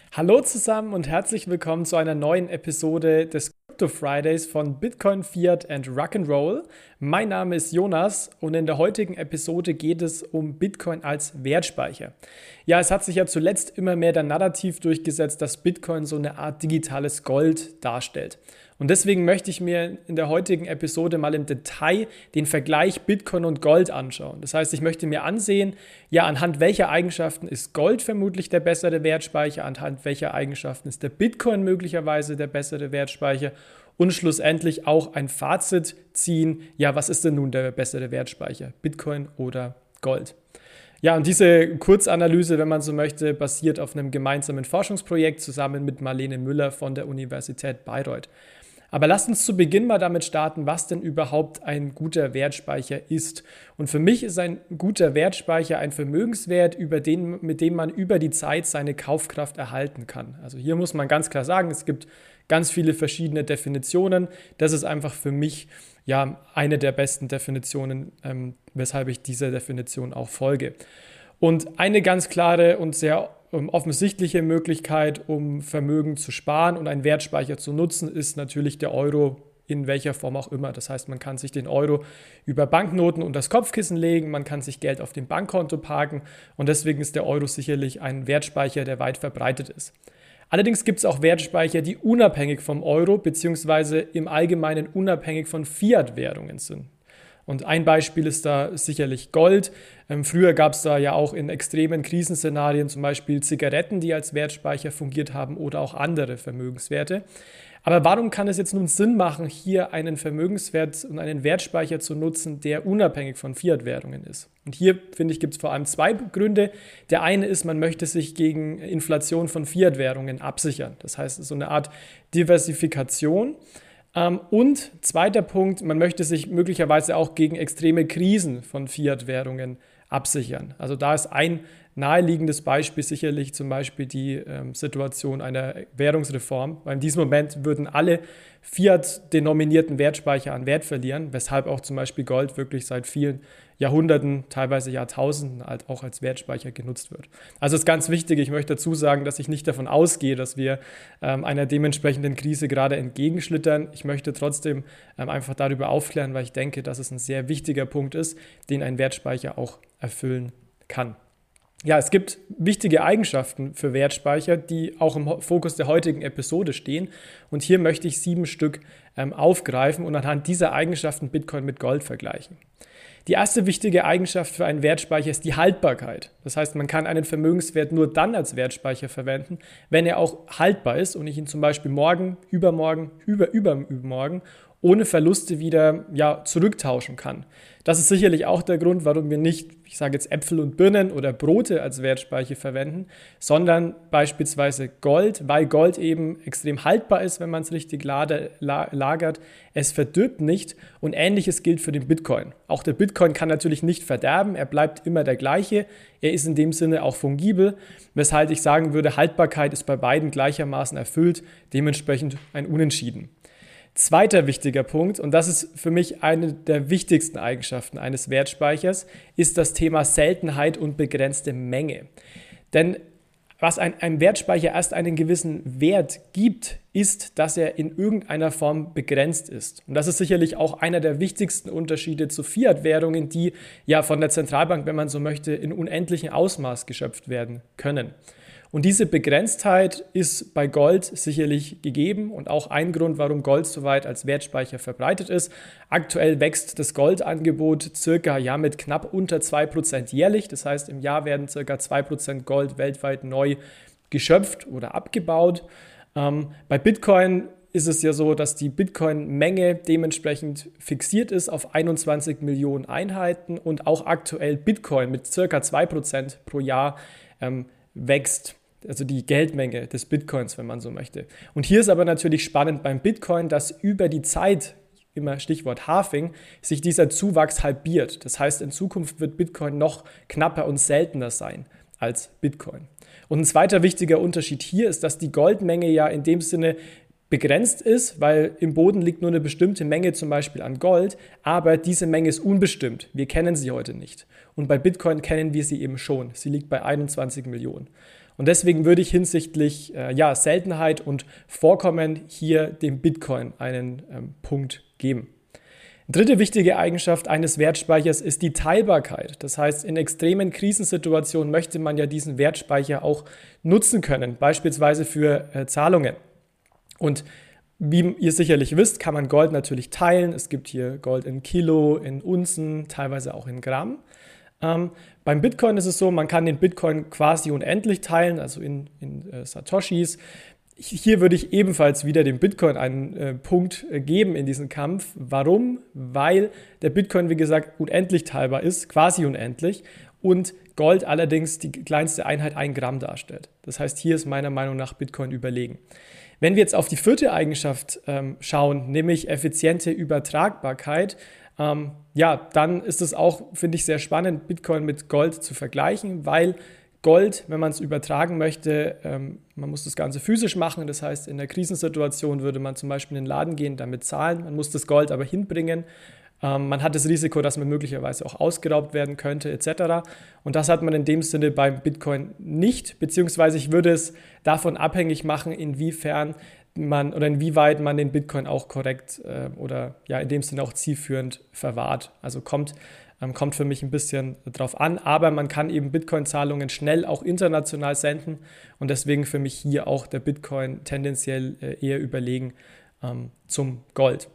Hallo zusammen und herzlich willkommen zu einer neuen Episode des Crypto Fridays von Bitcoin, Fiat and Rock'n'Roll. Mein Name ist Jonas und in der heutigen Episode geht es um Bitcoin als Wertspeicher. Ja, es hat sich ja zuletzt immer mehr der Narrativ durchgesetzt, dass Bitcoin so eine Art digitales Gold darstellt. Und deswegen möchte ich mir in der heutigen Episode mal im Detail den Vergleich Bitcoin und Gold anschauen. Das heißt, ich möchte mir ansehen, ja, anhand welcher Eigenschaften ist Gold vermutlich der bessere Wertspeicher, anhand welcher Eigenschaften ist der Bitcoin möglicherweise der bessere Wertspeicher und schlussendlich auch ein Fazit ziehen, ja, was ist denn nun der bessere Wertspeicher, Bitcoin oder Gold? Ja, und diese Kurzanalyse, wenn man so möchte, basiert auf einem gemeinsamen Forschungsprojekt zusammen mit Marlene Müller von der Universität Bayreuth. Aber lasst uns zu Beginn mal damit starten, was denn überhaupt ein guter Wertspeicher ist. Und für mich ist ein guter Wertspeicher ein Vermögenswert, mit dem man über die Zeit seine Kaufkraft erhalten kann. Also hier muss man ganz klar sagen, es gibt ganz viele verschiedene Definitionen. Das ist einfach für mich ja eine der besten Definitionen, weshalb ich dieser Definition auch folge. Und eine ganz klare und sehr offensichtliche Möglichkeit, um Vermögen zu sparen und einen Wertspeicher zu nutzen, ist natürlich der Euro in welcher Form auch immer. Das heißt, man kann sich den Euro über Banknoten und das Kopfkissen legen, man kann sich Geld auf dem Bankkonto parken und deswegen ist der Euro sicherlich ein Wertspeicher, der weit verbreitet ist. Allerdings gibt es auch Wertspeicher, die unabhängig vom Euro bzw. im Allgemeinen unabhängig von Fiat-Währungen sind. Und ein Beispiel ist da sicherlich Gold. Früher gab es da ja auch in extremen Krisenszenarien zum Beispiel Zigaretten, die als Wertspeicher fungiert haben oder auch andere Vermögenswerte. Aber warum kann es jetzt nun Sinn machen, hier einen Vermögenswert und einen Wertspeicher zu nutzen, der unabhängig von Fiat-Währungen ist? Und hier, finde ich, gibt es vor allem zwei Gründe. Der eine ist, man möchte sich gegen Inflation von Fiat-Währungen absichern. Das heißt, so eine Art Diversifikation. Und zweiter Punkt, man möchte sich möglicherweise auch gegen extreme Krisen von Fiat-Währungen absichern. Also da ist ein naheliegendes Beispiel sicherlich zum Beispiel die Situation einer Währungsreform, weil in diesem Moment würden alle Fiat-denominierten Wertspeicher an Wert verlieren, weshalb auch zum Beispiel Gold wirklich seit vielen Jahrhunderten, teilweise Jahrtausenden halt auch als Wertspeicher genutzt wird. Also ist ganz wichtig, ich möchte dazu sagen, dass ich nicht davon ausgehe, dass wir einer dementsprechenden Krise gerade entgegenschlittern. Ich möchte trotzdem einfach darüber aufklären, weil ich denke, dass es ein sehr wichtiger Punkt ist, den ein Wertspeicher auch erfüllen kann. Ja, es gibt wichtige Eigenschaften für Wertspeicher, die auch im Fokus der heutigen Episode stehen. Und hier möchte ich 7 Stück aufgreifen und anhand dieser Eigenschaften Bitcoin mit Gold vergleichen. Die erste wichtige Eigenschaft für einen Wertspeicher ist die Haltbarkeit. Das heißt, man kann einen Vermögenswert nur dann als Wertspeicher verwenden, wenn er auch haltbar ist und ich ihn zum Beispiel morgen, übermorgen, übermorgen ohne Verluste wieder zurücktauschen kann. Das ist sicherlich auch der Grund, warum wir nicht, ich sage jetzt Äpfel und Birnen oder Brote als Wertspeicher verwenden, sondern beispielsweise Gold, weil Gold eben extrem haltbar ist, wenn man es richtig lagert. Es verdirbt nicht und Ähnliches gilt für den Bitcoin. Auch der Bitcoin kann natürlich nicht verderben, er bleibt immer der gleiche. Er ist in dem Sinne auch fungibel, weshalb ich sagen würde, Haltbarkeit ist bei beiden gleichermaßen erfüllt, dementsprechend ein Unentschieden. Zweiter wichtiger Punkt, und das ist für mich eine der wichtigsten Eigenschaften eines Wertspeichers, ist das Thema Seltenheit und begrenzte Menge. Denn was einem Wertspeicher erst einen gewissen Wert gibt, ist, dass er in irgendeiner Form begrenzt ist. Und das ist sicherlich auch einer der wichtigsten Unterschiede zu Fiat-Währungen, die ja von der Zentralbank, wenn man so möchte, in unendlichem Ausmaß geschöpft werden können. Und diese Begrenztheit ist bei Gold sicherlich gegeben und auch ein Grund, warum Gold soweit als Wertspeicher verbreitet ist. Aktuell wächst das Goldangebot mit knapp unter 2% jährlich. Das heißt, im Jahr werden ca. 2% Gold weltweit neu geschöpft oder abgebaut. Bei Bitcoin ist es ja so, dass die Bitcoin-Menge dementsprechend fixiert ist auf 21 Millionen Einheiten und auch aktuell Bitcoin mit ca. 2% pro Jahr wächst. Also die Geldmenge des Bitcoins, wenn man so möchte. Und hier ist aber natürlich spannend beim Bitcoin, dass über die Zeit, immer Stichwort Halving, sich dieser Zuwachs halbiert. Das heißt, in Zukunft wird Bitcoin noch knapper und seltener sein als Bitcoin. Und ein zweiter wichtiger Unterschied hier ist, dass die Goldmenge ja in dem Sinne begrenzt ist, weil im Boden liegt nur eine bestimmte Menge zum Beispiel an Gold, aber diese Menge ist unbestimmt. Wir kennen sie heute nicht. Und bei Bitcoin kennen wir sie eben schon. Sie liegt bei 21 Millionen. Und deswegen würde ich hinsichtlich Seltenheit und Vorkommen hier dem Bitcoin einen Punkt geben. Dritte wichtige Eigenschaft eines Wertspeichers ist die Teilbarkeit. Das heißt, in extremen Krisensituationen möchte man ja diesen Wertspeicher auch nutzen können, beispielsweise für Zahlungen. Und wie ihr sicherlich wisst, kann man Gold natürlich teilen. Es gibt hier Gold in Kilo, in Unzen, teilweise auch in Gramm. Beim Bitcoin ist es so, man kann den Bitcoin quasi unendlich teilen, also in Satoshis. Hier würde ich ebenfalls wieder dem Bitcoin einen Punkt geben in diesem Kampf. Warum? Weil der Bitcoin, wie gesagt, unendlich teilbar ist, quasi unendlich, und Gold allerdings die kleinste Einheit 1 Gramm darstellt. Das heißt, hier ist meiner Meinung nach Bitcoin überlegen. Wenn wir jetzt auf die vierte Eigenschaft schauen, nämlich effiziente Übertragbarkeit, dann ist es auch, finde ich, sehr spannend, Bitcoin mit Gold zu vergleichen, weil Gold, wenn man es übertragen möchte, man muss das Ganze physisch machen. Das heißt, in der Krisensituation würde man zum Beispiel in den Laden gehen, damit zahlen. Man muss das Gold aber hinbringen. Man hat das Risiko, dass man möglicherweise auch ausgeraubt werden könnte, etc. Und das hat man in dem Sinne beim Bitcoin nicht, beziehungsweise ich würde es davon abhängig machen, inwieweit man den Bitcoin auch korrekt in dem Sinne auch zielführend verwahrt. Also kommt für mich ein bisschen drauf an, aber man kann eben Bitcoin-Zahlungen schnell auch international senden und deswegen für mich hier auch der Bitcoin tendenziell eher überlegen zum Gold.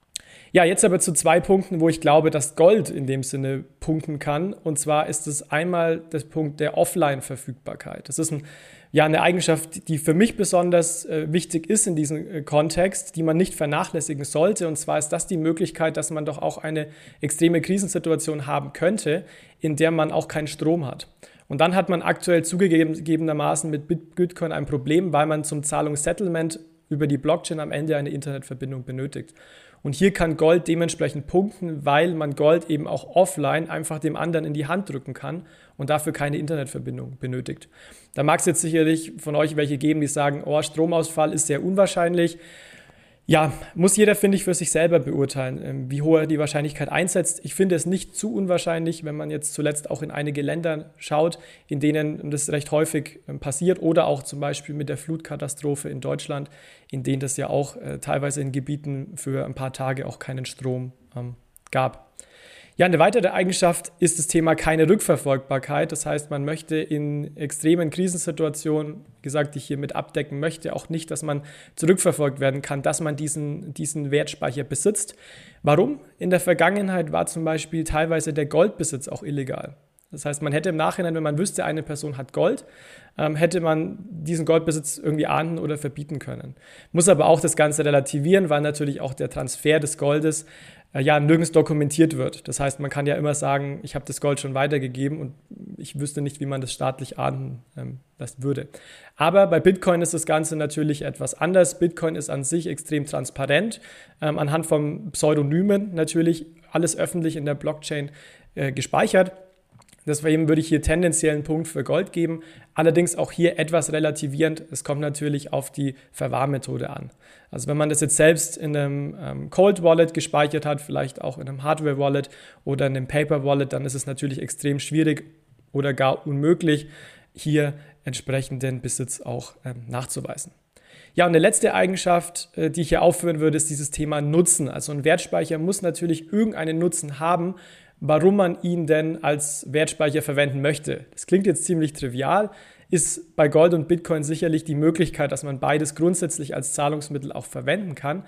Ja, jetzt aber zu 2 Punkten, wo ich glaube, dass Gold in dem Sinne punkten kann. Und zwar ist es einmal der Punkt der Offline-Verfügbarkeit. Das ist eine Eigenschaft, die für mich besonders wichtig ist in diesem Kontext, die man nicht vernachlässigen sollte. Und zwar ist das die Möglichkeit, dass man doch auch eine extreme Krisensituation haben könnte, in der man auch keinen Strom hat. Und dann hat man aktuell zugegebenermaßen mit Bitcoin ein Problem, weil man zum Zahlungssettlement über die Blockchain am Ende eine Internetverbindung benötigt. Und hier kann Gold dementsprechend punkten, weil man Gold eben auch offline einfach dem anderen in die Hand drücken kann und dafür keine Internetverbindung benötigt. Da mag es jetzt sicherlich von euch welche geben, die sagen, Stromausfall ist sehr unwahrscheinlich. Ja, muss jeder, finde ich, für sich selber beurteilen, wie hoch er die Wahrscheinlichkeit einsetzt. Ich finde es nicht zu unwahrscheinlich, wenn man jetzt zuletzt auch in einige Länder schaut, in denen das recht häufig passiert oder auch zum Beispiel mit der Flutkatastrophe in Deutschland, in denen das ja auch teilweise in Gebieten für ein paar Tage auch keinen Strom gab. Ja, eine weitere Eigenschaft ist das Thema keine Rückverfolgbarkeit. Das heißt, man möchte in extremen Krisensituationen, wie gesagt, die ich hier mit abdecken möchte, auch nicht, dass man zurückverfolgt werden kann, dass man diesen Wertspeicher besitzt. Warum? In der Vergangenheit war zum Beispiel teilweise der Goldbesitz auch illegal. Das heißt, man hätte im Nachhinein, wenn man wüsste, eine Person hat Gold, hätte man diesen Goldbesitz irgendwie ahnden oder verbieten können. Muss aber auch das Ganze relativieren, weil natürlich auch der Transfer des Goldes nirgends dokumentiert wird. Das heißt, man kann ja immer sagen, ich habe das Gold schon weitergegeben und ich wüsste nicht, wie man das staatlich ahnden lassen würde. Aber bei Bitcoin ist das Ganze natürlich etwas anders. Bitcoin ist an sich extrem transparent, anhand von Pseudonymen natürlich, alles öffentlich in der Blockchain gespeichert. Deswegen würde ich hier tendenziell einen Punkt für Gold geben, allerdings auch hier etwas relativierend. Es kommt natürlich auf die Verwahrmethode an. Also wenn man das jetzt selbst in einem Cold Wallet gespeichert hat, vielleicht auch in einem Hardware Wallet oder in einem Paper Wallet, dann ist es natürlich extrem schwierig oder gar unmöglich, hier entsprechenden Besitz auch nachzuweisen. Ja, und eine letzte Eigenschaft, die ich hier aufführen würde, ist dieses Thema Nutzen. Also ein Wertspeicher muss natürlich irgendeinen Nutzen haben, warum man ihn denn als Wertspeicher verwenden möchte. Das klingt jetzt ziemlich trivial, ist bei Gold und Bitcoin sicherlich die Möglichkeit, dass man beides grundsätzlich als Zahlungsmittel auch verwenden kann.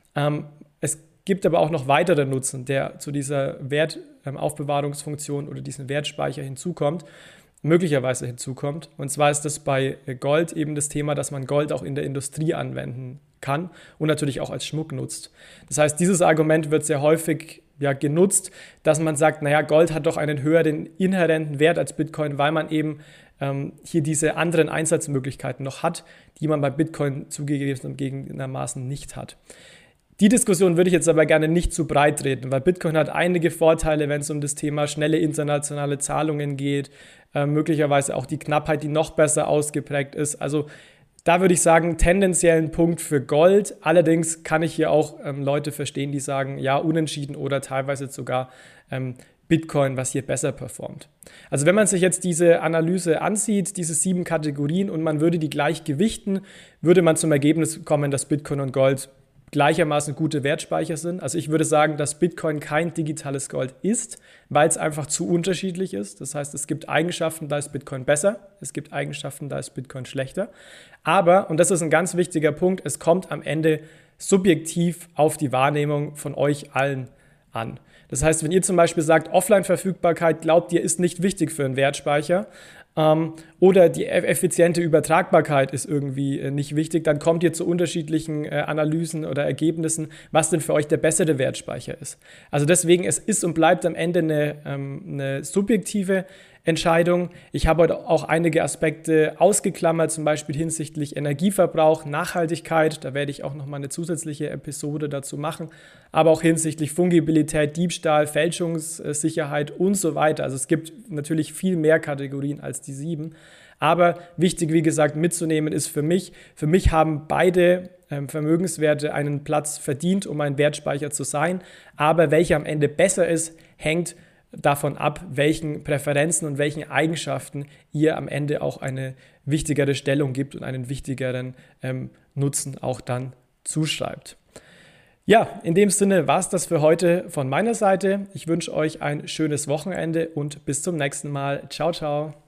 Es gibt aber auch noch weitere Nutzen, der zu dieser Wertaufbewahrungsfunktion oder diesen Wertspeicher möglicherweise hinzukommt. Und zwar ist das bei Gold eben das Thema, dass man Gold auch in der Industrie anwenden kann und natürlich auch als Schmuck nutzt. Das heißt, dieses Argument wird sehr häufig genutzt, dass man sagt, Gold hat doch einen höheren inhärenten Wert als Bitcoin, weil man eben hier diese anderen Einsatzmöglichkeiten noch hat, die man bei Bitcoin zugegebenermaßen nicht hat. Die Diskussion würde ich jetzt aber gerne nicht zu breit treten, weil Bitcoin hat einige Vorteile, wenn es um das Thema schnelle internationale Zahlungen geht, möglicherweise auch die Knappheit, die noch besser ausgeprägt ist. Also da würde ich sagen, tendenziell ein Punkt für Gold. Allerdings kann ich hier auch Leute verstehen, die sagen, ja, unentschieden oder teilweise sogar Bitcoin, was hier besser performt. Also wenn man sich jetzt diese Analyse ansieht, diese 7 Kategorien und man würde die gleich gewichten, würde man zum Ergebnis kommen, dass Bitcoin und Gold gleichermaßen gute Wertspeicher sind. Also ich würde sagen, dass Bitcoin kein digitales Gold ist, weil es einfach zu unterschiedlich ist. Das heißt, es gibt Eigenschaften, da ist Bitcoin besser, es gibt Eigenschaften, da ist Bitcoin schlechter. Aber, und das ist ein ganz wichtiger Punkt, es kommt am Ende subjektiv auf die Wahrnehmung von euch allen an. Das heißt, wenn ihr zum Beispiel sagt, Offline-Verfügbarkeit, glaubt ihr, ist nicht wichtig für einen Wertspeicher, oder die effiziente Übertragbarkeit ist irgendwie nicht wichtig, dann kommt ihr zu unterschiedlichen Analysen oder Ergebnissen, was denn für euch der bessere Wertspeicher ist. Also deswegen, es ist und bleibt am Ende eine subjektive Entscheidung. Ich habe heute auch einige Aspekte ausgeklammert, zum Beispiel hinsichtlich Energieverbrauch, Nachhaltigkeit, da werde ich auch nochmal eine zusätzliche Episode dazu machen, aber auch hinsichtlich Fungibilität, Diebstahl, Fälschungssicherheit und so weiter. Also es gibt natürlich viel mehr Kategorien als die 7. Aber wichtig, wie gesagt, mitzunehmen ist für mich haben beide Vermögenswerte einen Platz verdient, um ein Wertspeicher zu sein. Aber welcher am Ende besser ist, hängt davon ab, welchen Präferenzen und welchen Eigenschaften ihr am Ende auch eine wichtigere Stellung gibt und einen wichtigeren Nutzen auch dann zuschreibt. Ja, in dem Sinne war es das für heute von meiner Seite. Ich wünsche euch ein schönes Wochenende und bis zum nächsten Mal. Ciao, ciao.